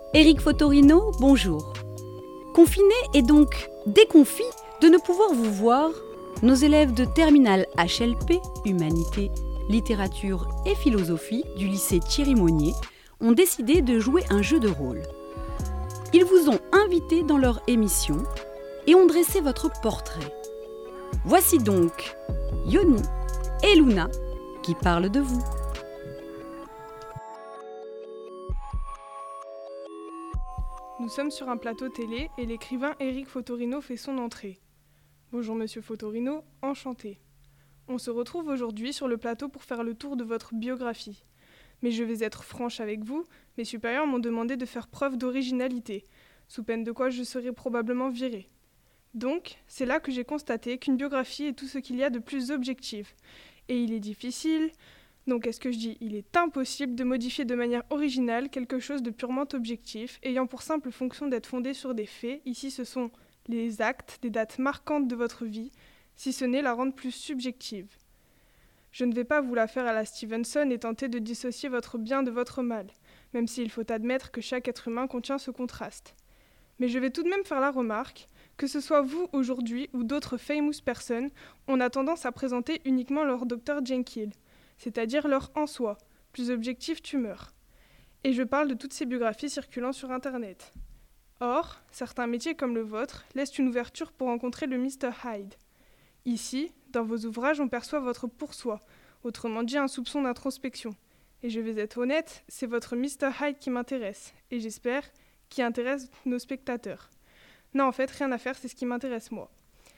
Éric Fotorino, bonjour. Confiné et donc déconfit de ne pouvoir vous voir, nos élèves de terminale HLP, Humanité, Littérature et Philosophie du lycée Thierry Monnier ont décidé de jouer un jeu de rôle. Ils vous ont invité dans leur émission et ont dressé votre portrait. Voici donc Yoni et Luna qui parlent de vous. Nous sommes sur un plateau télé et l'écrivain Éric Fotorino fait son entrée. Bonjour Monsieur Fotorino, enchanté. On se retrouve aujourd'hui sur le plateau pour faire le tour de votre biographie. Mais je vais être franche avec vous, mes supérieurs m'ont demandé de faire preuve d'originalité, sous peine de quoi je serai probablement viré. Donc, c'est là que j'ai constaté qu'une biographie est tout ce qu'il y a de plus objectif. Et il est difficile... Donc, est-ce que je dis, il est impossible de modifier de manière originale quelque chose de purement objectif, ayant pour simple fonction d'être fondé sur des faits. Ici, ce sont les actes, des dates marquantes de votre vie, si ce n'est la rendre plus subjective. Je ne vais pas vous la faire à la Stevenson et tenter de dissocier votre bien de votre mal, même s'il faut admettre que chaque être humain contient ce contraste. Mais je vais tout de même faire la remarque, que ce soit vous aujourd'hui ou d'autres famous personnes, on a tendance à présenter uniquement leur Dr Jekyll, c'est-à-dire leur en soi, plus objectif tu meurs. Et je parle de toutes ces biographies circulant sur Internet. Or, certains métiers comme le vôtre laissent une ouverture pour rencontrer le Mr Hyde. Ici, dans vos ouvrages, on perçoit votre pour-soi, autrement dit un soupçon d'introspection. Et je vais être honnête, c'est votre Mr Hyde qui m'intéresse, et j'espère, qui intéresse nos spectateurs. Non, en fait, rien à faire, c'est ce qui m'intéresse moi.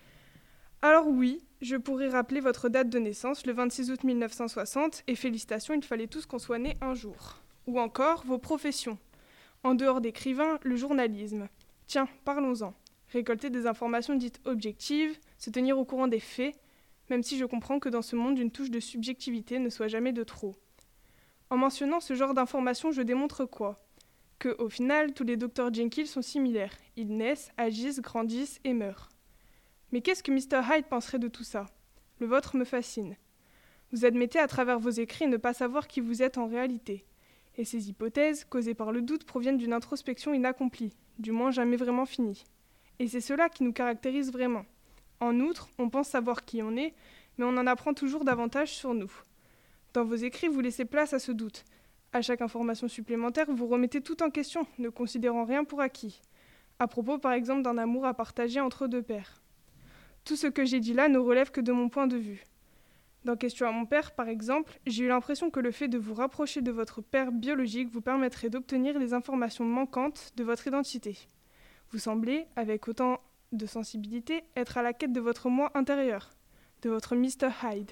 Alors oui, je pourrais rappeler votre date de naissance, le 26 août 1960, et félicitations, il fallait tous qu'on soit nés un jour. Ou encore vos professions. En dehors d'écrivain, le journalisme. Tiens, parlons-en. Récolter des informations dites objectives, se tenir au courant des faits, même si je comprends que dans ce monde, une touche de subjectivité ne soit jamais de trop. En mentionnant ce genre d'informations, je démontre quoi ? Que, au final, tous les Dr Jekyll sont similaires. Ils naissent, agissent, grandissent et meurent. Mais qu'est-ce que Mr Hyde penserait de tout ça ? Le vôtre me fascine. Vous admettez à travers vos écrits ne pas savoir qui vous êtes en réalité. Et ces hypothèses, causées par le doute, proviennent d'une introspection inaccomplie, du moins jamais vraiment finie. Et c'est cela qui nous caractérise vraiment. En outre, on pense savoir qui on est, mais on en apprend toujours davantage sur nous. Dans vos écrits, vous laissez place à ce doute. À chaque information supplémentaire, vous remettez tout en question, ne considérant rien pour acquis. À propos, par exemple, d'un amour à partager entre deux pères. Tout ce que j'ai dit là ne relève que de mon point de vue. Dans Question à mon père, par exemple, j'ai eu l'impression que le fait de vous rapprocher de votre père biologique vous permettrait d'obtenir les informations manquantes de votre identité. Vous semblez, avec autant de sensibilité, être à la quête de votre moi intérieur, de votre Mr Hyde.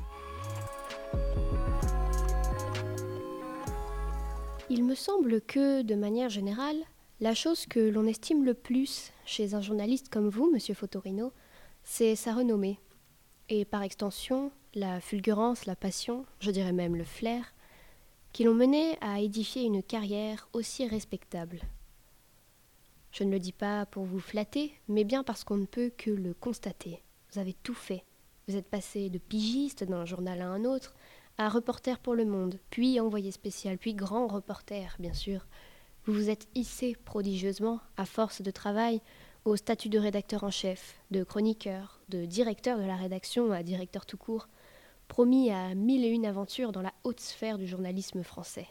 Il me semble que, de manière générale, la chose que l'on estime le plus chez un journaliste comme vous, Monsieur Fotorino, c'est sa renommée. Et par extension, la fulgurance, la passion, je dirais même le flair, qui l'ont mené à édifier une carrière aussi respectable. Je ne le dis pas pour vous flatter, mais bien parce qu'on ne peut que le constater. Vous avez tout fait. Vous êtes passé de pigiste d'un journal à un autre, à reporter pour Le Monde, puis envoyé spécial, puis grand reporter, bien sûr. Vous vous êtes hissé prodigieusement, à force de travail, au statut de rédacteur en chef, de chroniqueur, de directeur de la rédaction à directeur tout court, promis à 1001 aventures dans la haute sphère du journalisme français.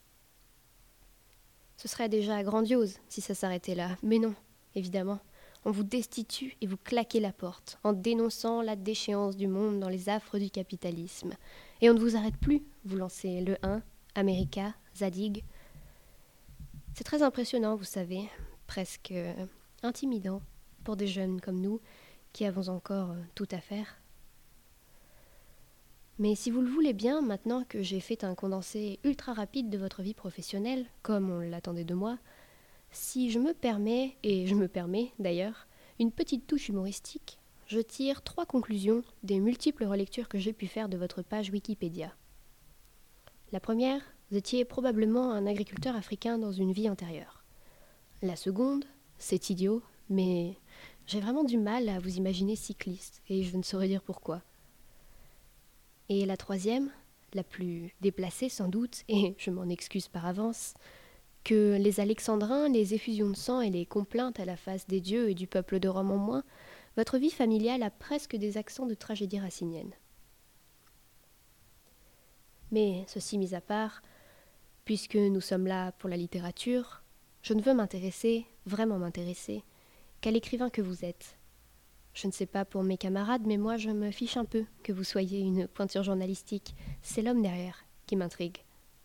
Ce serait déjà grandiose si ça s'arrêtait là, mais non, évidemment. On vous destitue et vous claquez la porte, en dénonçant la déchéance du monde dans les affres du capitalisme. Et on ne vous arrête plus, vous lancez Le 1, America, Zadig. C'est très impressionnant, vous savez, presque intimidant pour des jeunes comme nous qui avons encore tout à faire. Mais si vous le voulez bien, maintenant que j'ai fait un condensé ultra rapide de votre vie professionnelle, comme on l'attendait de moi, si je me permets, et je me permets d'ailleurs, une petite touche humoristique, je tire 3 conclusions des multiples relectures que j'ai pu faire de votre page Wikipédia. La première, vous étiez probablement un agriculteur africain dans une vie antérieure. La seconde, c'est idiot, mais j'ai vraiment du mal à vous imaginer cycliste, et je ne saurais dire pourquoi. Et la troisième, la plus déplacée sans doute, et je m'en excuse par avance, que les alexandrins, les effusions de sang et les complaintes à la face des dieux et du peuple de Rome en moins, votre vie familiale a presque des accents de tragédie racinienne. Mais, ceci mis à part, puisque nous sommes là pour la littérature, je ne veux m'intéresser, vraiment m'intéresser, qu'à l'écrivain que vous êtes. Je ne sais pas pour mes camarades, mais moi je me fiche un peu que vous soyez une pointure journalistique. C'est l'homme derrière qui m'intrigue.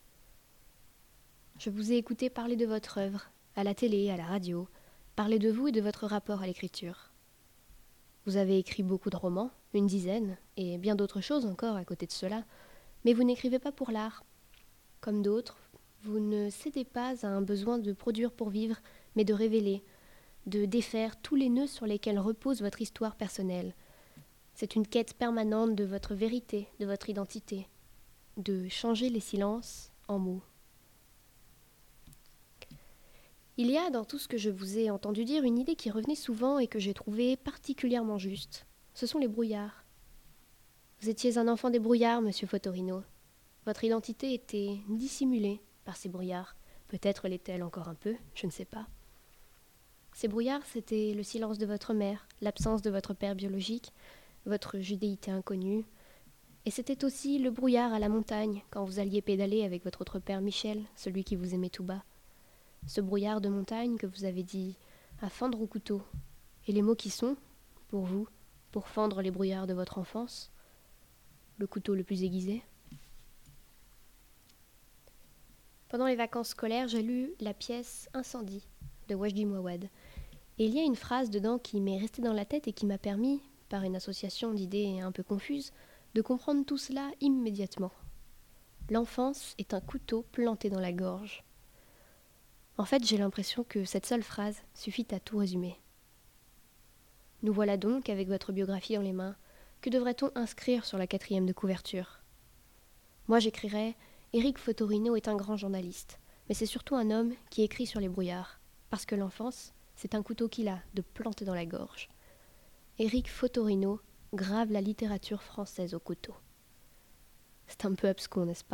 Je vous ai écouté parler de votre œuvre, à la télé, à la radio, parler de vous et de votre rapport à l'écriture. Vous avez écrit beaucoup de romans, 10, et bien d'autres choses encore à côté de cela, mais vous n'écrivez pas pour l'art. Comme d'autres, vous ne cédez pas à un besoin de produire pour vivre, mais de révéler, de défaire tous les nœuds sur lesquels repose votre histoire personnelle. C'est une quête permanente de votre vérité, de votre identité, de changer les silences en mots. Il y a dans tout ce que je vous ai entendu dire une idée qui revenait souvent et que j'ai trouvée particulièrement juste. Ce sont les brouillards. Vous étiez un enfant des brouillards, monsieur Fotorino. Votre identité était dissimulée par ces brouillards. Peut-être l'est-elle encore un peu, je ne sais pas. Ces brouillards, c'était le silence de votre mère, l'absence de votre père biologique, votre judéité inconnue. Et c'était aussi le brouillard à la montagne, quand vous alliez pédaler avec votre autre père Michel, celui qui vous aimait tout bas. Ce brouillard de montagne que vous avez dit à fendre au couteau, et les mots qui sont, pour vous, pour fendre les brouillards de votre enfance, le couteau le plus aiguisé. Pendant les vacances scolaires, j'ai lu la pièce Incendie de Wajdi Mouawad, et il y a une phrase dedans qui m'est restée dans la tête et qui m'a permis, par une association d'idées un peu confuses, de comprendre tout cela immédiatement. L'enfance est un couteau planté dans la gorge. En fait, j'ai l'impression que cette seule phrase suffit à tout résumer. Nous voilà donc avec votre biographie dans les mains. Que devrait-on inscrire sur la 4e de couverture ? Moi, j'écrirais « Éric Fotorino est un grand journaliste, mais c'est surtout un homme qui écrit sur les brouillards, parce que l'enfance, c'est un couteau qu'il a de planter dans la gorge. Éric Fotorino grave la littérature française au couteau. » C'est un peu abscon, n'est-ce pas ?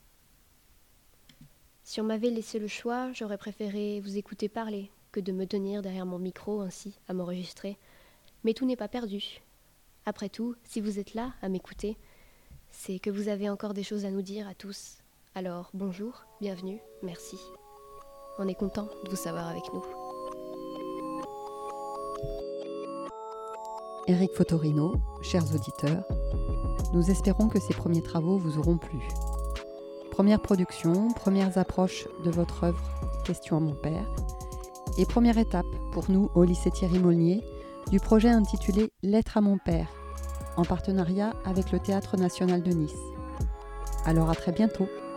Si on m'avait laissé le choix, j'aurais préféré vous écouter parler que de me tenir derrière mon micro ainsi à m'enregistrer. Mais tout n'est pas perdu. Après tout, si vous êtes là à m'écouter, c'est que vous avez encore des choses à nous dire à tous. Alors bonjour, bienvenue, merci. On est content de vous savoir avec nous. Éric Fotorino, chers auditeurs, nous espérons que ces premiers travaux vous auront plu. Première production, premières approches de votre œuvre Question à mon père, et première étape pour nous au lycée Thierry Molnier du projet intitulé Lettre à mon père, en partenariat avec le Théâtre National de Nice. Alors à très bientôt.